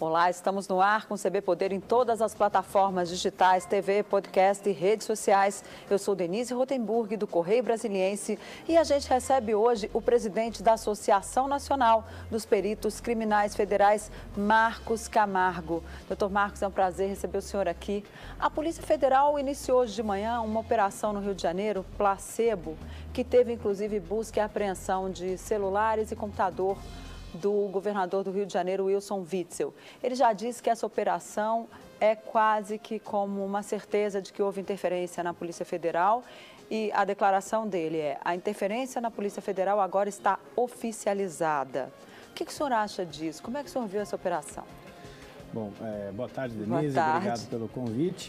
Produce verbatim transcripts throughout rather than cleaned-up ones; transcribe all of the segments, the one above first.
Olá, estamos no ar com o C B Poder em todas as plataformas digitais, T V, podcast e redes sociais. Eu sou Denise Rotenburg, do Correio Brasiliense, e a gente recebe hoje o presidente da Associação Nacional dos Peritos Criminais Federais, Marcos Camargo. Doutor Marcos, é um prazer receber o senhor aqui. A Polícia Federal iniciou hoje de manhã uma operação no Rio de Janeiro, Placebo, que teve inclusive busca e apreensão de celulares e computador do governador do Rio de Janeiro, Wilson Witzel. Ele já disse que essa operação é quase que como uma certeza de que houve interferência na Polícia Federal, e a declaração dele é: a interferência na Polícia Federal agora está oficializada. O que, que o senhor acha disso? Como é que o senhor viu essa operação? Bom, é, boa tarde, Denise. Boa tarde. Obrigado pelo convite.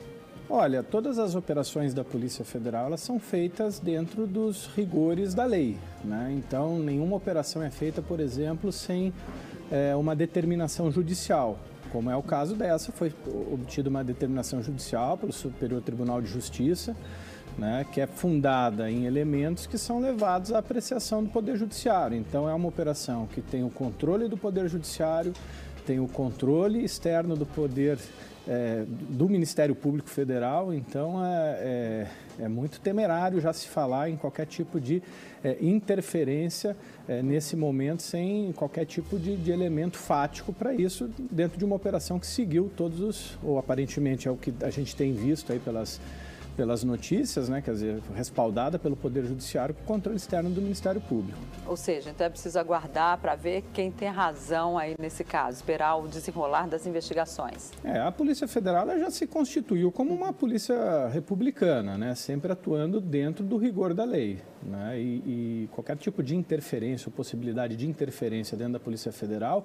Olha, todas as operações da Polícia Federal, elas são feitas dentro dos rigores da lei, né? Então, nenhuma operação é feita, por exemplo, sem é, uma determinação judicial. Como é o caso dessa, foi obtida uma determinação judicial pelo Superior Tribunal de Justiça, né, que é fundada em elementos que são levados à apreciação do Poder Judiciário. Então, é uma operação que tem o controle do Poder Judiciário, tem o controle externo do Poder É, do Ministério Público Federal. Então é, é, é muito temerário já se falar em qualquer tipo de é, interferência é, nesse momento, sem qualquer tipo de, de elemento fático para isso, dentro de uma operação que seguiu todos os, ou aparentemente é o que a gente tem visto aí pelas pelas notícias, né, quer dizer, respaldada pelo Poder Judiciário com o controle externo do Ministério Público. Ou seja, então é preciso aguardar para ver quem tem razão aí nesse caso, esperar o desenrolar das investigações. É, a Polícia Federal ela já se constituiu como uma polícia republicana, né, sempre atuando dentro do rigor da lei, né, e, e qualquer tipo de interferência ou possibilidade de interferência dentro da Polícia Federal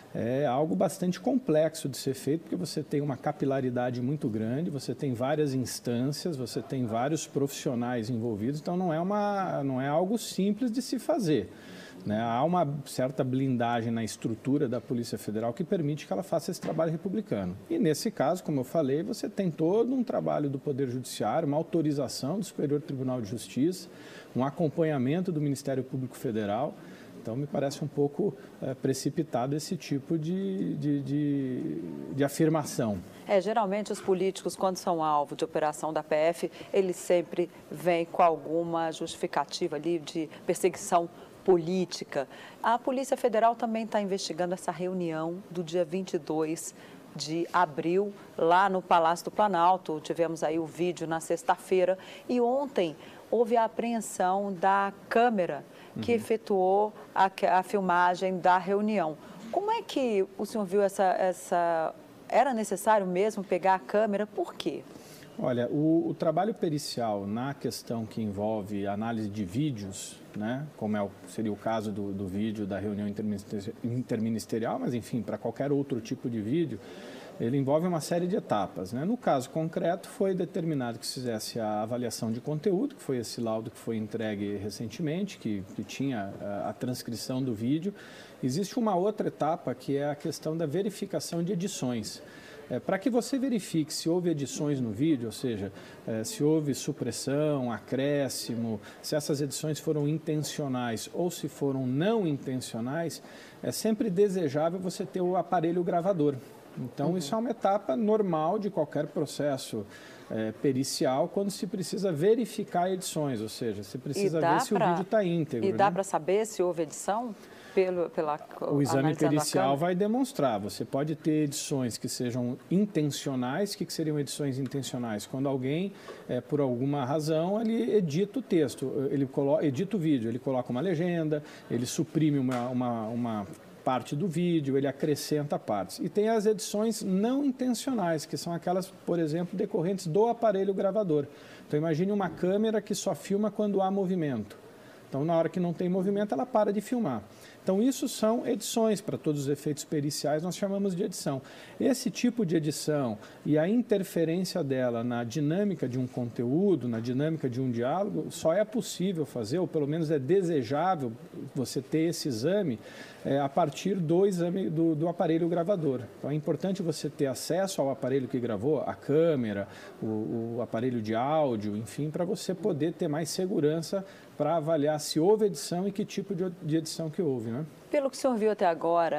é algo bastante complexo de ser feito, porque você tem uma capilaridade muito grande, você tem várias instâncias, você tem vários profissionais envolvidos, então não é, uma, não é algo simples de se fazer, né? Há uma certa blindagem na estrutura da Polícia Federal que permite que ela faça esse trabalho republicano. E nesse caso, como eu falei, você tem todo um trabalho do Poder Judiciário, uma autorização do Superior Tribunal de Justiça, um acompanhamento do Ministério Público Federal. Então, me parece um pouco é, precipitado esse tipo de, de, de, de afirmação. É, geralmente os políticos, quando são alvo de operação da P F, eles sempre vêm com alguma justificativa ali de perseguição política. A Polícia Federal também está investigando essa reunião do dia vinte e dois de abril, lá no Palácio do Planalto. Tivemos aí o vídeo na sexta-feira e ontem houve a apreensão da câmera que uhum. efetuou a, a filmagem da reunião. Como é que o senhor viu essa, essa... Era necessário mesmo pegar a câmera? Por quê? Olha, o, o trabalho pericial na questão que envolve análise de vídeos, né, como é o, seria o caso do, do vídeo da reunião interministerial, mas enfim, para qualquer outro tipo de vídeo, ele envolve uma série de etapas, né? No caso concreto, foi determinado que se fizesse a avaliação de conteúdo, que foi esse laudo que foi entregue recentemente, que, que tinha a, a transcrição do vídeo. Existe uma outra etapa, que é a questão da verificação de edições. É, para que você verifique se houve edições no vídeo, ou seja, é, se houve supressão, acréscimo, se essas edições foram intencionais ou se foram não intencionais, é sempre desejável você ter o aparelho gravador. Então, uhum. isso é uma etapa normal de qualquer processo é, pericial, quando se precisa verificar edições, ou seja, você precisa ver se pra... o vídeo está íntegro. E dá né? para saber se houve edição? Pelo, pela, o exame pericial vai demonstrar. Você pode ter edições que sejam intencionais. O que, que seriam edições intencionais? Quando alguém, é, por alguma razão, ele edita o texto, ele coloca, edita o vídeo, ele coloca uma legenda, ele suprime uma... uma, uma parte do vídeo, ele acrescenta partes. E tem as edições não intencionais, que são aquelas, por exemplo, decorrentes do aparelho gravador. Então, imagine uma câmera que só filma quando há movimento. Então, na hora que não tem movimento, ela para de filmar. Então, isso são edições, para todos os efeitos periciais, nós chamamos de edição. Esse tipo de edição e a interferência dela na dinâmica de um conteúdo, na dinâmica de um diálogo, só é possível fazer, ou pelo menos é desejável você ter esse exame é, a partir do exame do, do aparelho gravador. Então, é importante você ter acesso ao aparelho que gravou, a câmera, o, o aparelho de áudio, enfim, para você poder ter mais segurança para avaliar se houve edição e que tipo de edição que houve, né? Pelo que o senhor viu até agora,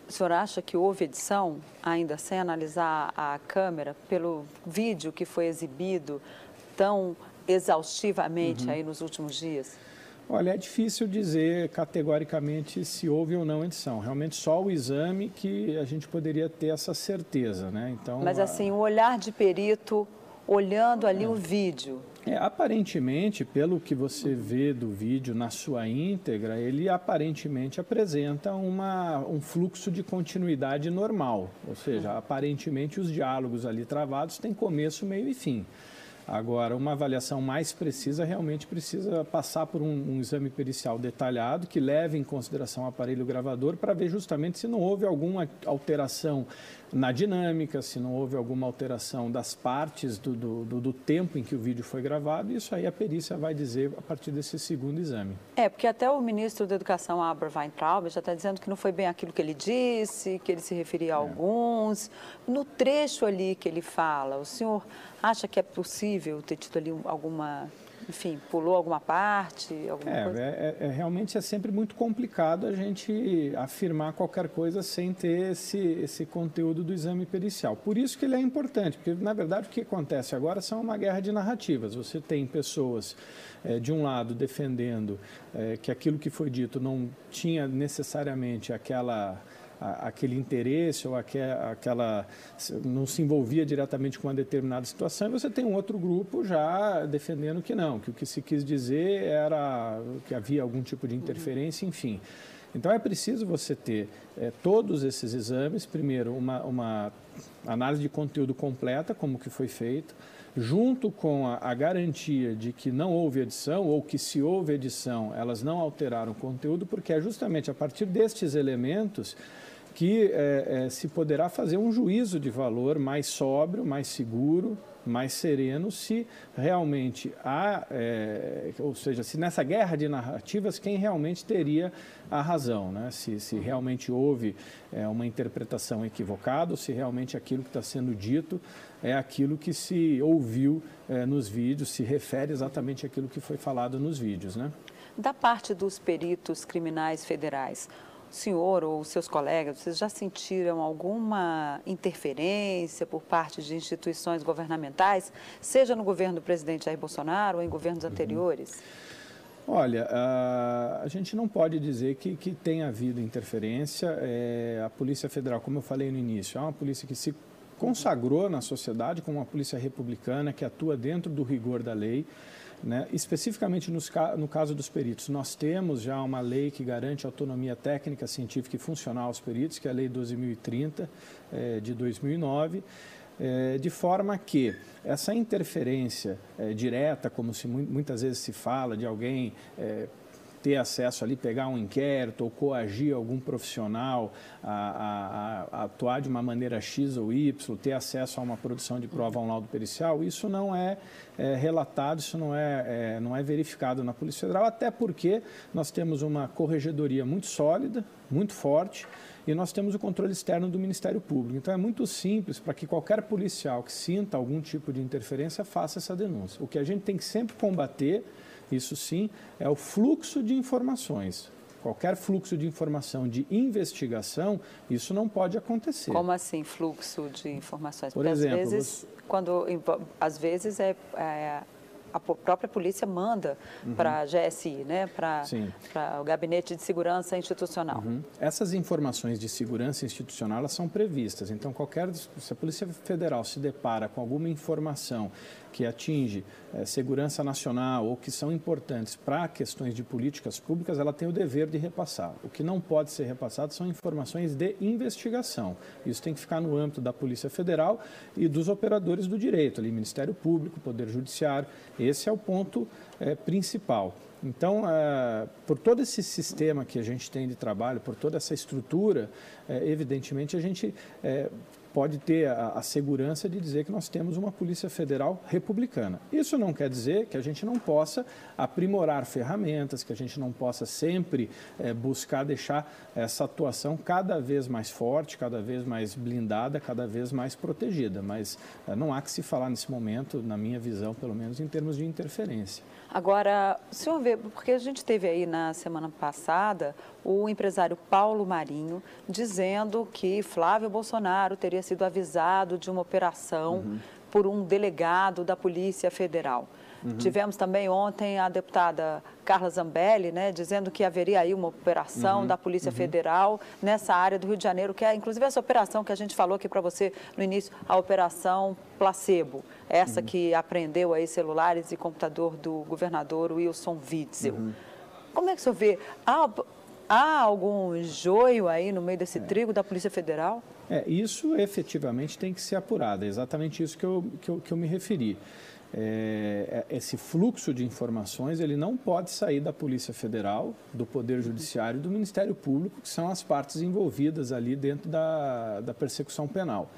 O senhor acha que houve edição, ainda sem analisar a câmera, pelo vídeo que foi exibido tão exaustivamente uhum. aí nos últimos dias? Olha, é difícil dizer categoricamente se houve ou não edição. Realmente só o exame que a gente poderia ter essa certeza, né? Então, mas assim, o olhar de perito olhando ali é. o vídeo... É, aparentemente, pelo que você vê do vídeo na sua íntegra, ele aparentemente apresenta uma, um fluxo de continuidade normal. Ou seja, uhum. aparentemente os diálogos ali travados têm começo, meio e fim. Agora, uma avaliação mais precisa realmente precisa passar por um, um exame pericial detalhado que leve em consideração o aparelho gravador para ver justamente se não houve alguma alteração na dinâmica, se não houve alguma alteração das partes do, do, do, do tempo em que o vídeo foi gravado. Isso aí a perícia vai dizer a partir desse segundo exame. É, porque até o ministro da Educação, Abraham Weintraub, já está dizendo que não foi bem aquilo que ele disse, que ele se referia a é. alguns. No trecho ali que ele fala, o senhor acha que é possível ter tido ali alguma, enfim, pulou alguma parte, alguma é, coisa? É, é, realmente é sempre muito complicado a gente afirmar qualquer coisa sem ter esse, esse conteúdo do exame pericial. Por isso que ele é importante, porque, na verdade, o que acontece agora são uma guerra de narrativas. Você tem pessoas, é, de um lado, defendendo é, que aquilo que foi dito não tinha necessariamente aquela... aquele interesse ou aquela, não se envolvia diretamente com uma determinada situação, e você tem um outro grupo já defendendo que não, que o que se quis dizer era que havia algum tipo de interferência, enfim. Então é preciso você ter é, todos esses exames, primeiro uma, uma análise de conteúdo completa, como que foi feito, junto com a, a garantia de que não houve edição, ou que se houve edição, elas não alteraram o conteúdo, porque é justamente a partir destes elementos que é, é, se poderá fazer um juízo de valor mais sóbrio, mais seguro, mais sereno, se realmente há, é, ou seja, se nessa guerra de narrativas, quem realmente teria a razão, né? Se, se realmente houve é, uma interpretação equivocada, ou se realmente aquilo que está sendo dito é aquilo que se ouviu é, nos vídeos, se refere exatamente àquilo que foi falado nos vídeos, né? Da parte dos peritos criminais federais, o senhor ou os seus colegas, vocês já sentiram alguma interferência por parte de instituições governamentais, seja no governo do presidente Jair Bolsonaro ou em governos uhum. anteriores? Olha, a, a gente não pode dizer que, que tenha havido interferência. É, a Polícia Federal, como eu falei no início, é uma polícia que se consagrou na sociedade como uma polícia republicana que atua dentro do rigor da lei. Né? Especificamente nos, no caso dos peritos, nós temos já uma lei que garante autonomia técnica, científica e funcional aos peritos, que é a Lei doze mil e trinta, é, de dois mil e nove, é, de forma que essa interferência é, direta, como se muitas vezes se fala, de alguém é, ter acesso ali, pegar um inquérito ou coagir algum profissional a, a, a atuar de uma maneira X ou Y, ter acesso a uma produção de prova, a um laudo pericial, isso não é, é relatado, isso não é, é, não é verificado na Polícia Federal, até porque nós temos uma corregedoria muito sólida, muito forte, e nós temos o controle externo do Ministério Público. Então, é muito simples para que qualquer policial que sinta algum tipo de interferência faça essa denúncia. O que a gente tem que sempre combater, isso sim, é o fluxo de informações. Qualquer fluxo de informação de investigação, isso não pode acontecer. Como assim, fluxo de informações? Por Porque exemplo, às vezes, você... quando, às vezes é, é, a própria polícia manda uhum. para a G S I, né? para o Gabinete de Segurança Institucional. Uhum. Essas informações de segurança institucional, elas são previstas. Então, qualquer, se a Polícia Federal se depara com alguma informação que atinge é, segurança nacional ou que são importantes para questões de políticas públicas, ela tem o dever de repassar. O que não pode ser repassado são informações de investigação. Isso tem que ficar no âmbito da Polícia Federal e dos operadores do direito, ali, Ministério Público, Poder Judiciário. Esse é o ponto é, principal. Então, é, por todo esse sistema que a gente tem de trabalho, por toda essa estrutura, é, evidentemente a gente é, pode ter a, a segurança de dizer que nós temos uma Polícia Federal republicana. Isso não quer dizer que a gente não possa aprimorar ferramentas, que a gente não possa sempre é, buscar deixar essa atuação cada vez mais forte, cada vez mais blindada, cada vez mais protegida. Mas é, não há que se falar nesse momento, na minha visão, pelo menos em termos de interferência. Agora, o senhor vê, porque a gente teve aí na semana passada o empresário Paulo Marinho, dizendo que Flávio Bolsonaro teria sido avisado de uma operação uhum. por um delegado da Polícia Federal. Uhum. Tivemos também ontem a deputada Carla Zambelli, né, dizendo que haveria aí uma operação uhum. da Polícia uhum. Federal nessa área do Rio de Janeiro, que é inclusive essa operação que a gente falou aqui para você no início, a Operação Placebo, essa uhum. que apreendeu aí celulares e computador do governador Wilson Witzel. Uhum. Como é que o senhor vê? Há, há algum joio aí no meio desse é. trigo da Polícia Federal? É, isso efetivamente tem que ser apurado, é exatamente isso que eu, que eu, que eu me referi. É, esse fluxo de informações ele não pode sair da Polícia Federal, do Poder Judiciário e do Ministério Público, que são as partes envolvidas ali dentro da, da persecução penal.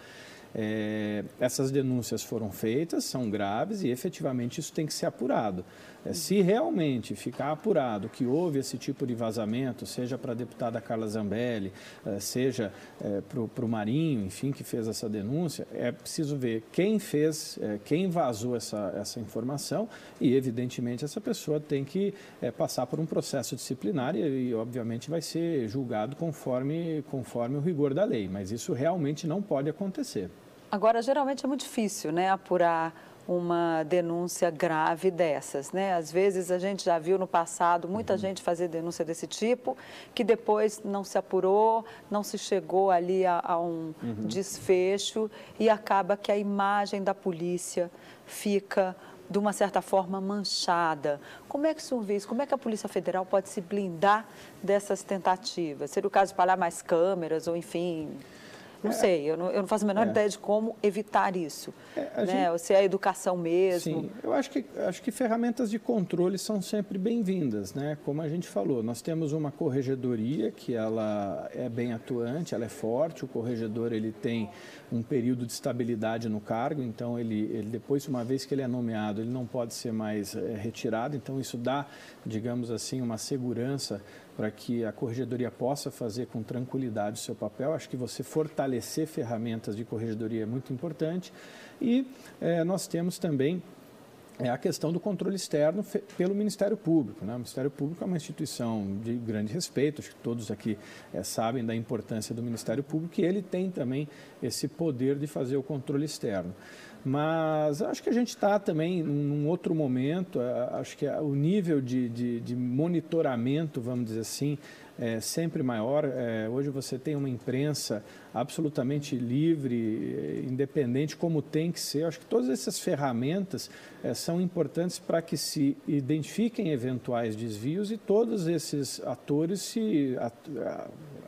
É, essas denúncias foram feitas, são graves e efetivamente isso tem que ser apurado. É, se realmente ficar apurado que houve esse tipo de vazamento, seja para a deputada Carla Zambelli, é, seja é, para o Marinho, enfim, que fez essa denúncia, é preciso ver quem fez, é, quem vazou essa, essa informação e, evidentemente, essa pessoa tem que é, passar por um processo disciplinar e, e, obviamente, vai ser julgado conforme, conforme o rigor da lei, mas isso realmente não pode acontecer. Agora, geralmente é muito difícil, né, apurar uma denúncia grave dessas, né? Às vezes a gente já viu no passado muita uhum. gente fazer denúncia desse tipo, que depois não se apurou, não se chegou ali a, a um uhum. desfecho e acaba que a imagem da polícia fica, de uma certa forma, manchada. Como é que o senhor vê isso? Como é que a Polícia Federal pode se blindar dessas tentativas? Seria o caso de espalhar mais câmeras ou, enfim... Não é, sei, eu não, eu não faço a menor é. ideia de como evitar isso, é, né? Gente, ou se é a educação mesmo. Sim, eu acho que, acho que ferramentas de controle são sempre bem-vindas, né? Como a gente falou, nós temos uma corregedoria que ela é bem atuante, ela é forte, o corregedor ele tem um período de estabilidade no cargo, então ele, ele depois, uma vez que ele é nomeado, ele não pode ser mais é, retirado, então isso dá, digamos assim, uma segurança para que a corregedoria possa fazer com tranquilidade o seu papel. Acho que você fortalecer ferramentas de corregedoria é muito importante. E é, nós temos também é, a questão do controle externo pelo Ministério Público, né? O Ministério Público é uma instituição de grande respeito, acho que todos aqui é, sabem da importância do Ministério Público e ele tem também esse poder de fazer o controle externo. Mas acho que a gente está também num outro momento, acho que o nível de, de, de monitoramento, vamos dizer assim, é sempre maior. É, hoje você tem uma imprensa absolutamente livre, independente, como tem que ser. Acho que todas essas ferramentas é, são importantes para que se identifiquem eventuais desvios e todos esses atores se... A, a,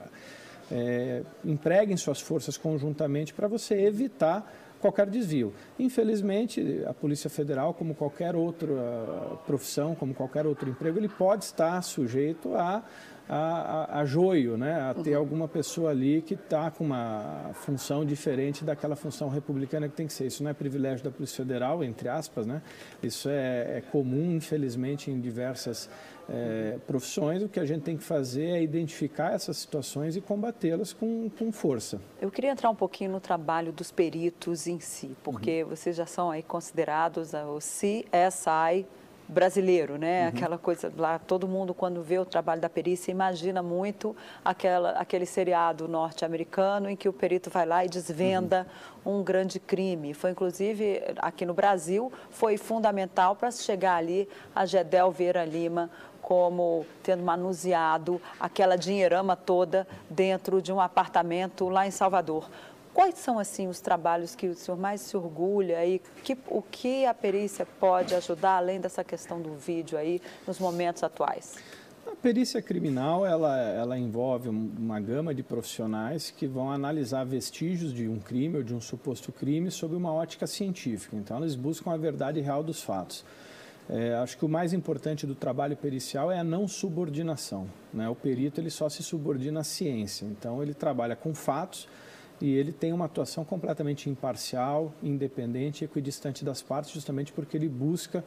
é, empreguem suas forças conjuntamente para você evitar qualquer desvio. Infelizmente, a Polícia Federal, como qualquer outra profissão, como qualquer outro emprego, ele pode estar sujeito a, a, a, a joio, né? A ter alguma pessoa ali que está com uma função diferente daquela função republicana que tem que ser. Isso não é privilégio da Polícia Federal, entre aspas, né? Isso é, é comum, infelizmente, em diversas É, profissões. O que a gente tem que fazer é identificar essas situações e combatê-las com, com força. Eu queria entrar um pouquinho no trabalho dos peritos em si, porque uhum. vocês já são aí considerados o C S I brasileiro, né? Uhum. Aquela coisa lá, todo mundo quando vê o trabalho da perícia imagina muito aquela, aquele seriado norte-americano em que o perito vai lá e desvenda uhum. um grande crime. Foi inclusive aqui no Brasil, foi fundamental para chegar ali a Gedel Vieira Lima como tendo manuseado aquela dinheirama toda dentro de um apartamento lá em Salvador. Quais são, assim, os trabalhos que o senhor mais se orgulha e que, o que a perícia pode ajudar, além dessa questão do vídeo aí, nos momentos atuais? A perícia criminal, ela, ela envolve uma gama de profissionais que vão analisar vestígios de um crime ou de um suposto crime sob uma ótica científica. Então, eles buscam a verdade real dos fatos. É, acho que o mais importante do trabalho pericial é a não subordinação, né? O perito ele só se subordina à ciência, então ele trabalha com fatos e ele tem uma atuação completamente imparcial, independente e equidistante das partes, justamente porque ele busca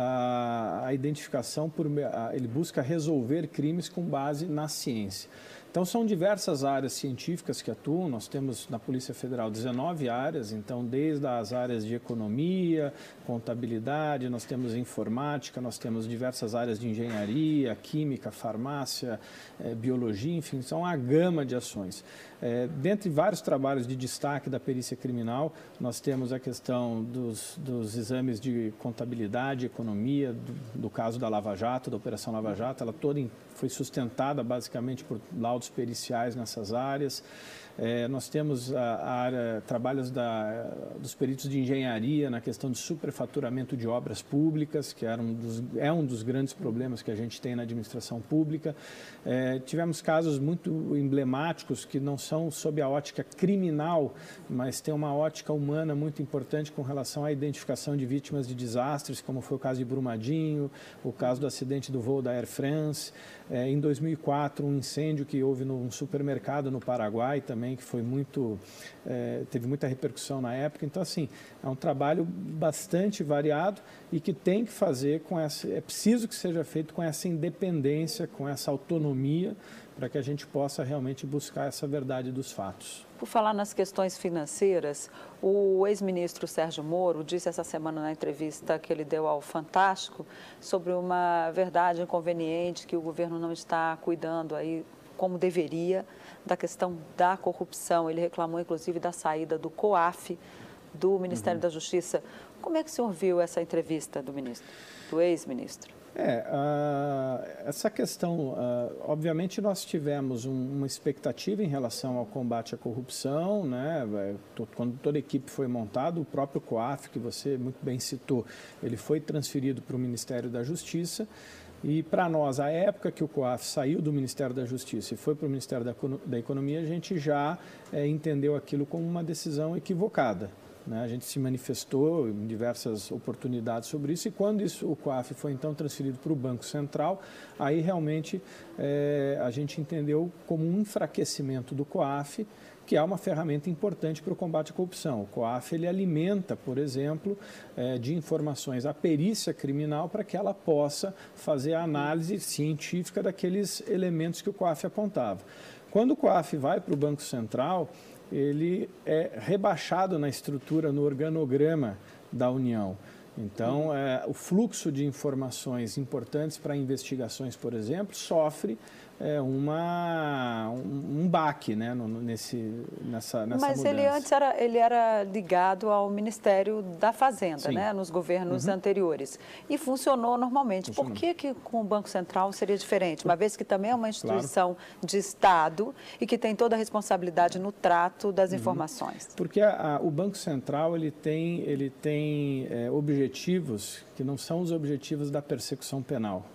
a, a identificação, por, a, ele busca resolver crimes com base na ciência. Então, são diversas áreas científicas que atuam. Nós temos na Polícia Federal dezenove áreas, então, desde as áreas de economia, contabilidade, nós temos informática, nós temos diversas áreas de engenharia, química, farmácia, eh, biologia, enfim, são uma gama de ações. É, dentre vários trabalhos de destaque da perícia criminal, nós temos a questão dos, dos exames de contabilidade, economia, do, do caso da Lava Jato, da Operação Lava Jato, ela toda em, foi sustentada basicamente por laudos periciais nessas áreas. É, nós temos a, a área, trabalhos da, dos peritos de engenharia na questão de superfaturamento de obras públicas, que era um dos, é um dos grandes problemas que a gente tem na administração pública. É, tivemos casos muito emblemáticos que não são sob a ótica criminal, mas tem uma ótica humana muito importante com relação à identificação de vítimas de desastres, como foi o caso de Brumadinho, o caso do acidente do voo da Air France. É, em dois mil e quatro, um incêndio que houve num supermercado no Paraguai também, que foi muito, é, teve muita repercussão na época. Então, assim, é um trabalho bastante variado e que tem que fazer com essa, é preciso que seja feito com essa independência, com essa autonomia, para que a gente possa realmente buscar essa verdade dos fatos. Por falar nas questões financeiras, o ex-ministro Sérgio Moro disse essa semana na entrevista que ele deu ao Fantástico sobre uma verdade inconveniente que o governo não está cuidando aí como deveria da questão da corrupção. Ele reclamou inclusive da saída do COAF, do Ministério uhum. da Justiça. Como é que o senhor viu essa entrevista do ministro, do ex-ministro? É, uh, essa questão, uh, obviamente nós tivemos um, uma expectativa em relação ao combate à corrupção, né? Quando toda a equipe foi montada, o próprio COAF, que você muito bem citou, ele foi transferido para o Ministério da Justiça. E para nós, a época que o COAF saiu do Ministério da Justiça e foi para o Ministério da, da Economia, a gente já é, entendeu aquilo como uma decisão equivocada. Né? A gente se manifestou em diversas oportunidades sobre isso e quando isso, o COAF foi então transferido para o Banco Central, aí realmente é, a gente entendeu como um enfraquecimento do COAF, que é uma ferramenta importante para o combate à corrupção. O COAF ele alimenta, por exemplo, é, de informações a perícia criminal para que ela possa fazer a análise científica daqueles elementos que o COAF apontava. Quando o COAF vai para o Banco Central, ele é rebaixado na estrutura, no organograma da União. Então, é, o fluxo de informações importantes para investigações, por exemplo, sofre é, uma, um, um baque, né, no, nesse, nessa, nessa Mas mudança. ele antes era, ele era ligado ao Ministério da Fazenda, Sim. né, nos governos uhum. anteriores. E funcionou normalmente. Funcionou. Por que, que com o Banco Central seria diferente? Uma vez que também é uma instituição claro. de Estado e que tem toda a responsabilidade no trato das uhum. informações. Porque a, a, o Banco Central ele tem, ele tem é, objetivos que não são os objetivos da persecução penal.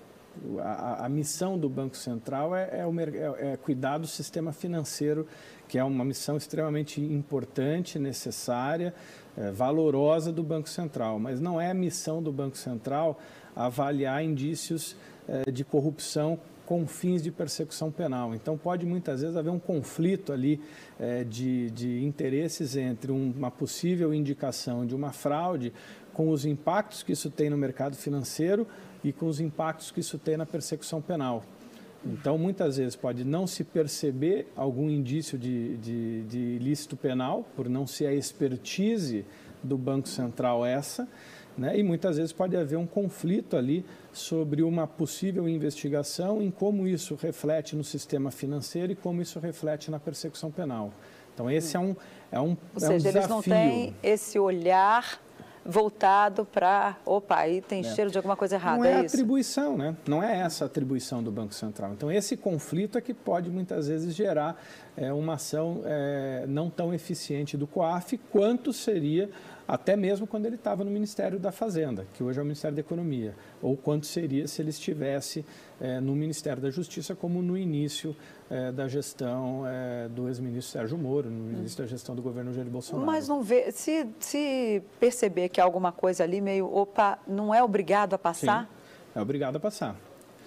A, a missão do Banco Central é, é, o, é, é cuidar do sistema financeiro, que é uma missão extremamente importante, necessária, é, valorosa do Banco Central. Mas não é a missão do Banco Central avaliar indícios é, de corrupção com fins de persecução penal. Então, pode muitas vezes haver um conflito ali é, de, de interesses entre uma possível indicação de uma fraude com os impactos que isso tem no mercado financeiro e com os impactos que isso tem na persecução penal. Então, muitas vezes pode não se perceber algum indício de, de, de ilícito penal, por não ser a expertise do Banco Central essa, né? E muitas vezes pode haver um conflito ali sobre uma possível investigação em como isso reflete no sistema financeiro e como isso reflete na persecução penal. Então, esse é um, é um, Ou é seja, um desafio. Eles não têm esse olhar voltado para, opa, aí tem é. cheiro de alguma coisa errada, não é, é a isso? atribuição, né? Não é essa a atribuição do Banco Central. Então, esse conflito é que pode, muitas vezes, gerar é, uma ação é, não tão eficiente do COAF, quanto seria até mesmo quando ele estava no Ministério da Fazenda, que hoje é o Ministério da Economia, ou quanto seria se ele estivesse é, no Ministério da Justiça, como no início é, da gestão é, do ex-ministro Sérgio Moro, no início hum. da gestão do governo Jair Bolsonaro. Mas não vê, se, se perceber que há alguma coisa ali meio, opa, não é obrigado a passar? Sim, é obrigado a passar.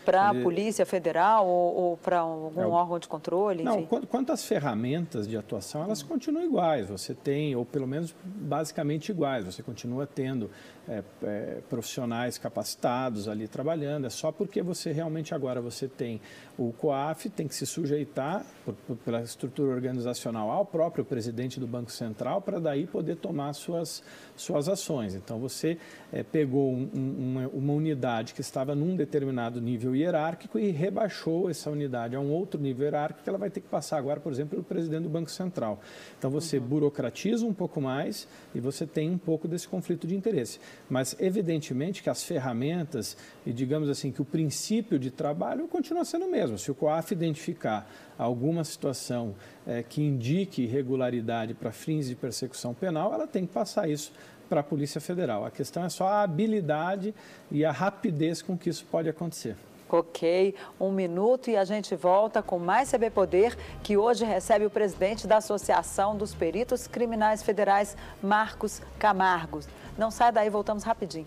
Para a ele... Polícia Federal ou, ou para algum é o... órgão de controle? Não, enfim. quanto, quanto às ferramentas de atuação, elas hum. continuam iguais. Você tem, ou pelo menos basicamente iguais, você continua tendo é, é, profissionais capacitados ali trabalhando. É só porque você realmente agora você tem o COAF, tem que se sujeitar por, por, pela estrutura organizacional ao próprio presidente do Banco Central para daí poder tomar suas, suas ações. Então você é, pegou um, uma, uma unidade que estava num determinado nível hierárquico e rebaixou essa unidade a um outro nível hierárquico que ela vai ter que passar agora, por exemplo, pelo presidente do Banco Central. Então você uhum. burocratiza um pouco mais e você tem um pouco desse conflito de interesse. Mas evidentemente que as ferramentas e digamos assim que o princípio de trabalho continua sendo o mesmo. Se o COAF identificar alguma situação é, que indique irregularidade para fins de persecução penal, ela tem que passar isso para a Polícia Federal. A questão é só a habilidade e a rapidez com que isso pode acontecer. Ok, um minuto e a gente volta com mais C B Poder, que hoje recebe o presidente da Associação dos Peritos Criminais Federais, Marcos Camargo. Não sai daí, voltamos rapidinho.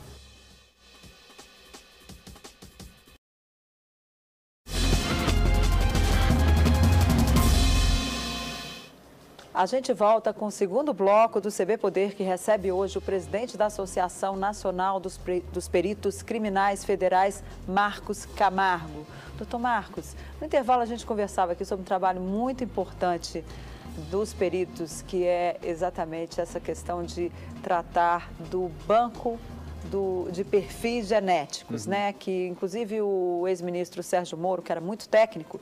A gente volta com o segundo bloco do C B Poder, que recebe hoje o presidente da Associação Nacional dos, dos Peritos Criminais Federais, Marcos Camargo. Doutor Marcos, no intervalo a gente conversava aqui sobre um trabalho muito importante dos peritos, que é exatamente essa questão de tratar do banco do, de perfis genéticos, uhum. né? Que inclusive o ex-ministro Sérgio Moro, que era muito técnico,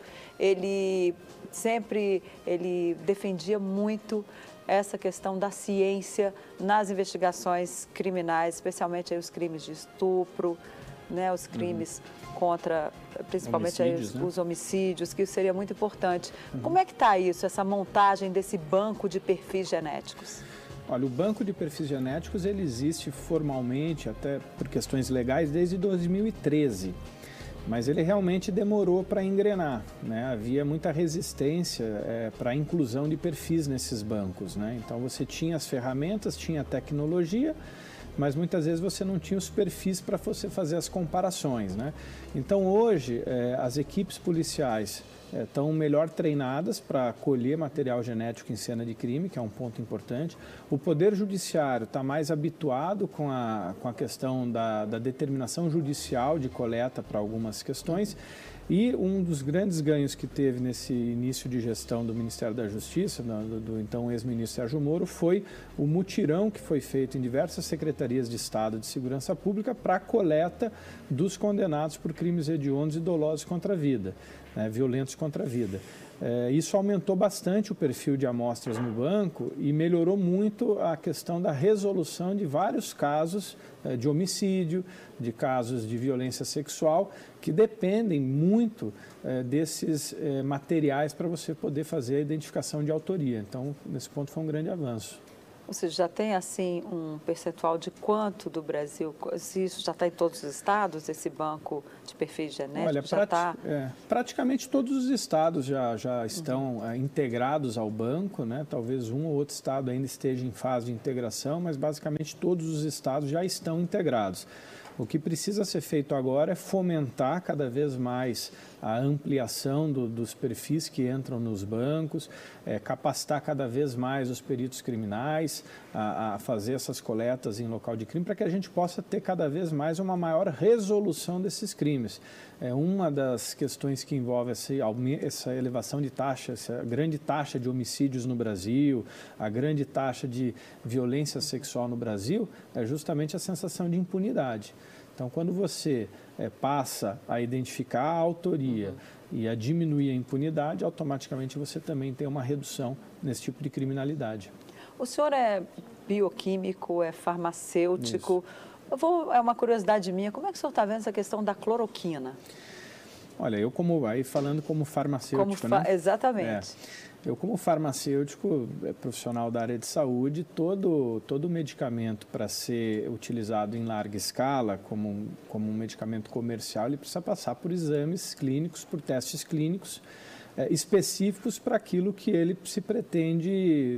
ele sempre ele defendia muito essa questão da ciência nas investigações criminais, especialmente aí os crimes de estupro, né, os crimes uhum. contra, principalmente homicídios, aí os, né? os homicídios, que isso seria muito importante. Uhum. Como é que está isso, essa montagem desse banco de perfis genéticos? Olha, o banco de perfis genéticos ele existe formalmente, até por questões legais, desde dois mil e treze. Mas ele realmente demorou para engrenar, né? Havia muita resistência é, para a inclusão de perfis nesses bancos, né? Então você tinha as ferramentas, tinha a tecnologia, mas muitas vezes você não tinha os perfis para você fazer as comparações, né? Então hoje é, as equipes policiais estão é, melhor treinadas para colher material genético em cena de crime, que é um ponto importante. O Poder Judiciário está mais habituado com a, com a questão da, da determinação judicial de coleta para algumas questões. E um dos grandes ganhos que teve nesse início de gestão do Ministério da Justiça, do, do então ex-ministro Sérgio Moro, foi o mutirão que foi feito em diversas secretarias de Estado de Segurança Pública para a coleta dos condenados por crimes hediondos e dolosos contra a vida, né, violentos contra a vida. É, isso aumentou bastante o perfil de amostras no banco e melhorou muito a questão da resolução de vários casos é, de homicídio, de casos de violência sexual, que dependem muito é, desses é, materiais para você poder fazer a identificação de autoria. Então, nesse ponto foi um grande avanço. Ou seja, já tem assim um percentual de quanto do Brasil, se isso já está em todos os estados, esse banco de perfis genéticos? Olha, já prati tá... é, praticamente todos os estados já, já estão uhum. é, integrados ao banco, né? Talvez um ou outro estado ainda esteja em fase de integração, mas basicamente todos os estados já estão integrados. O que precisa ser feito agora é fomentar cada vez mais a ampliação do, dos perfis que entram nos bancos, é, capacitar cada vez mais os peritos criminais a, a fazer essas coletas em local de crime para que a gente possa ter cada vez mais uma maior resolução desses crimes. É uma das questões que envolve essa, essa elevação de taxa, essa grande taxa de homicídios no Brasil, a grande taxa de violência sexual no Brasil, é justamente a sensação de impunidade. Então, quando você é, passa a identificar a autoria uhum. e a diminuir a impunidade, automaticamente você também tem uma redução nesse tipo de criminalidade. O senhor é bioquímico, é farmacêutico. Eu vou, é uma curiosidade minha, como é que o senhor está vendo essa questão da cloroquina? Olha, eu como, aí falando como farmacêutico, como fa né? Exatamente. É. Eu, como farmacêutico, profissional da área de saúde, todo, todo medicamento para ser utilizado em larga escala, como, como um medicamento comercial, ele precisa passar por exames clínicos, por testes clínicos é, específicos para aquilo que ele se pretende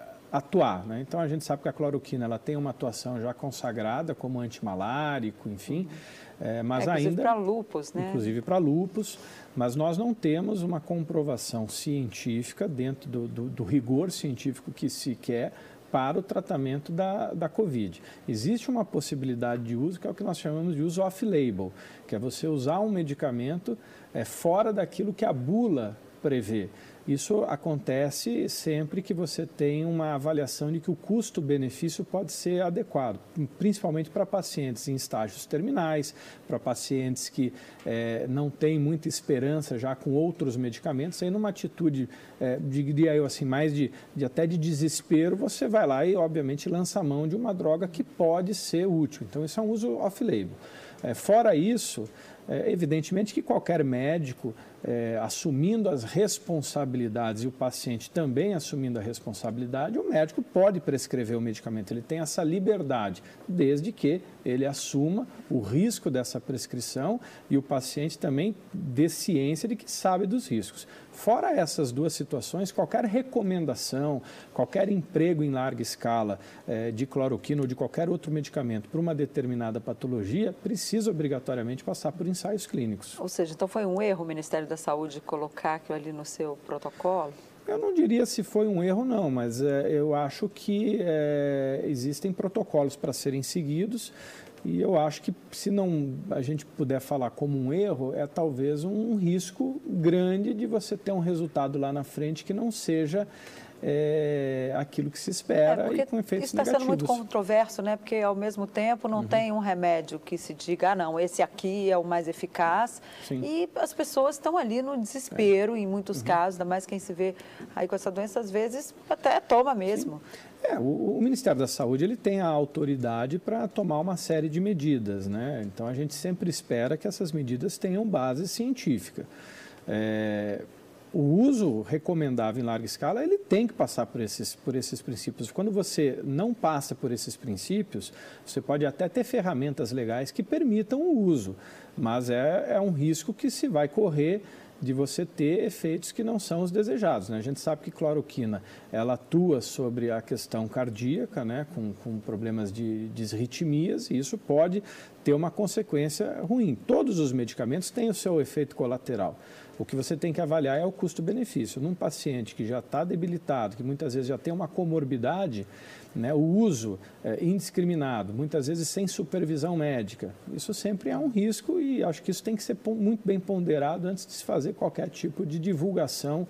atuar, né? Então, a gente sabe que a cloroquina ela tem uma atuação já consagrada como antimalárico, enfim. Uhum. É, mas é, inclusive ainda, para lúpus, né? Inclusive para lúpus, mas nós não temos uma comprovação científica dentro do, do, do rigor científico que se quer para o tratamento da, da Covid. Existe uma possibilidade de uso, que é o que nós chamamos de uso off-label, que é você usar um medicamento é, fora daquilo que a bula prevê. Isso acontece sempre que você tem uma avaliação de que o custo-benefício pode ser adequado, principalmente para pacientes em estágios terminais, para pacientes que é, não têm muita esperança já com outros medicamentos. Aí, numa atitude, é, diria eu assim, mais de, de até de desespero, você vai lá e, obviamente, lança a mão de uma droga que pode ser útil. Então, isso é um uso off-label. É, fora isso, é, evidentemente que qualquer médico, é, assumindo as responsabilidades e o paciente também assumindo a responsabilidade, o médico pode prescrever o medicamento, ele tem essa liberdade, desde que ele assuma o risco dessa prescrição e o paciente também dê ciência de que sabe dos riscos. Fora essas duas situações, qualquer recomendação, qualquer emprego em larga escala eh, de cloroquina ou de qualquer outro medicamento para uma determinada patologia, precisa obrigatoriamente passar por ensaios clínicos. Ou seja, então foi um erro o Ministério da Saúde colocar aquilo ali no seu protocolo? Eu não diria se foi um erro, não, mas é, eu acho que é, existem protocolos para serem seguidos e eu acho que se não a gente puder falar como um erro, é talvez um risco grande de você ter um resultado lá na frente que não seja é, aquilo que se espera é e com efeitos isso está negativos. sendo muito controverso, né? Porque ao mesmo tempo não uhum. tem um remédio que se diga, ah, não, esse aqui é o mais eficaz. Sim. E as pessoas estão ali no desespero, é. em muitos uhum. casos, ainda mais quem se vê aí com essa doença, às vezes até toma mesmo. É, o, o Ministério da Saúde ele tem a autoridade para tomar uma série de medidas, né? Então a gente sempre espera que essas medidas tenham base científica. É, O uso recomendável em larga escala, ele tem que passar por esses, por esses princípios. Quando você não passa por esses princípios, você pode até ter ferramentas legais que permitam o uso, mas é, é um risco que se vai correr de você ter efeitos que não são os desejados, né? A gente sabe que cloroquina, ela atua sobre a questão cardíaca, né? com, com problemas de disritmias, e isso pode ter uma consequência ruim. Todos os medicamentos têm o seu efeito colateral. O que você tem que avaliar é o custo-benefício. Num paciente que já está debilitado, que muitas vezes já tem uma comorbidade, né, o uso é, indiscriminado, muitas vezes sem supervisão médica, isso sempre é um risco e acho que isso tem que ser muito bem ponderado antes de se fazer qualquer tipo de divulgação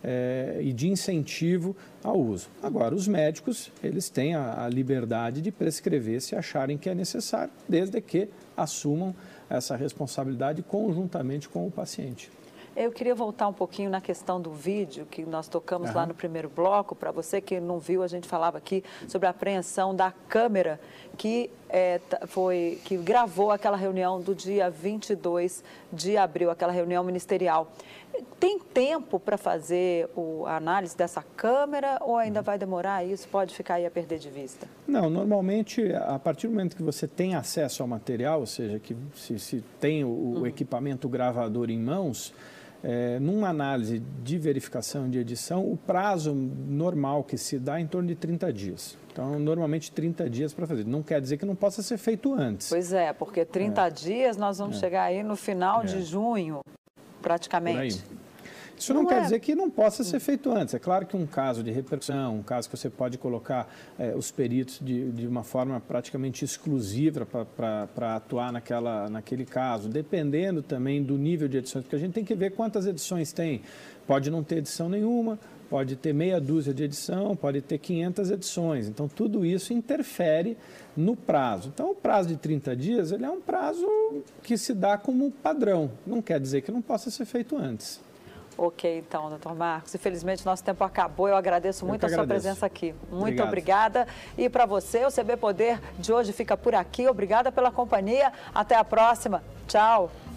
é, e de incentivo ao uso. Agora, os médicos, eles têm a, a liberdade de prescrever se acharem que é necessário, desde que assumam essa responsabilidade conjuntamente com o paciente. Eu queria voltar um pouquinho na questão do vídeo que nós tocamos uhum. lá no primeiro bloco. Para você que não viu, a gente falava aqui sobre a apreensão da câmera que, é, foi, que gravou aquela reunião do dia vinte e dois de abril, aquela reunião ministerial. Tem tempo para fazer o, a análise dessa câmera ou ainda vai demorar? Isso pode ficar aí a perder de vista? Não, normalmente, a partir do momento que você tem acesso ao material, ou seja, que se, se tem o, uhum. o equipamento gravador em mãos, É, numa análise de verificação de edição, o prazo normal que se dá é em torno de trinta dias. Então, normalmente trinta dias para fazer. Não quer dizer que não possa ser feito antes. Pois é, porque trinta é. dias nós vamos é. chegar aí no final é. de junho, praticamente. Isso não, não quer é. dizer que não possa ser feito antes. É claro que um caso de repercussão, um caso que você pode colocar é, os peritos de, de uma forma praticamente exclusiva para atuar naquela, naquele caso, dependendo também do nível de edições, porque a gente tem que ver quantas edições tem. Pode não ter edição nenhuma, pode ter meia dúzia de edição, pode ter quinhentas edições. Então, tudo isso interfere no prazo. Então, o prazo de trinta dias ele é um prazo que se dá como padrão. Não quer dizer que não possa ser feito antes. Ok, então, doutor Marcos, infelizmente nosso tempo acabou, eu agradeço muito a sua presença aqui. Muito Obrigado. Obrigada. E para você, o C B Poder de hoje fica por aqui. Obrigada pela companhia. Até a próxima. Tchau.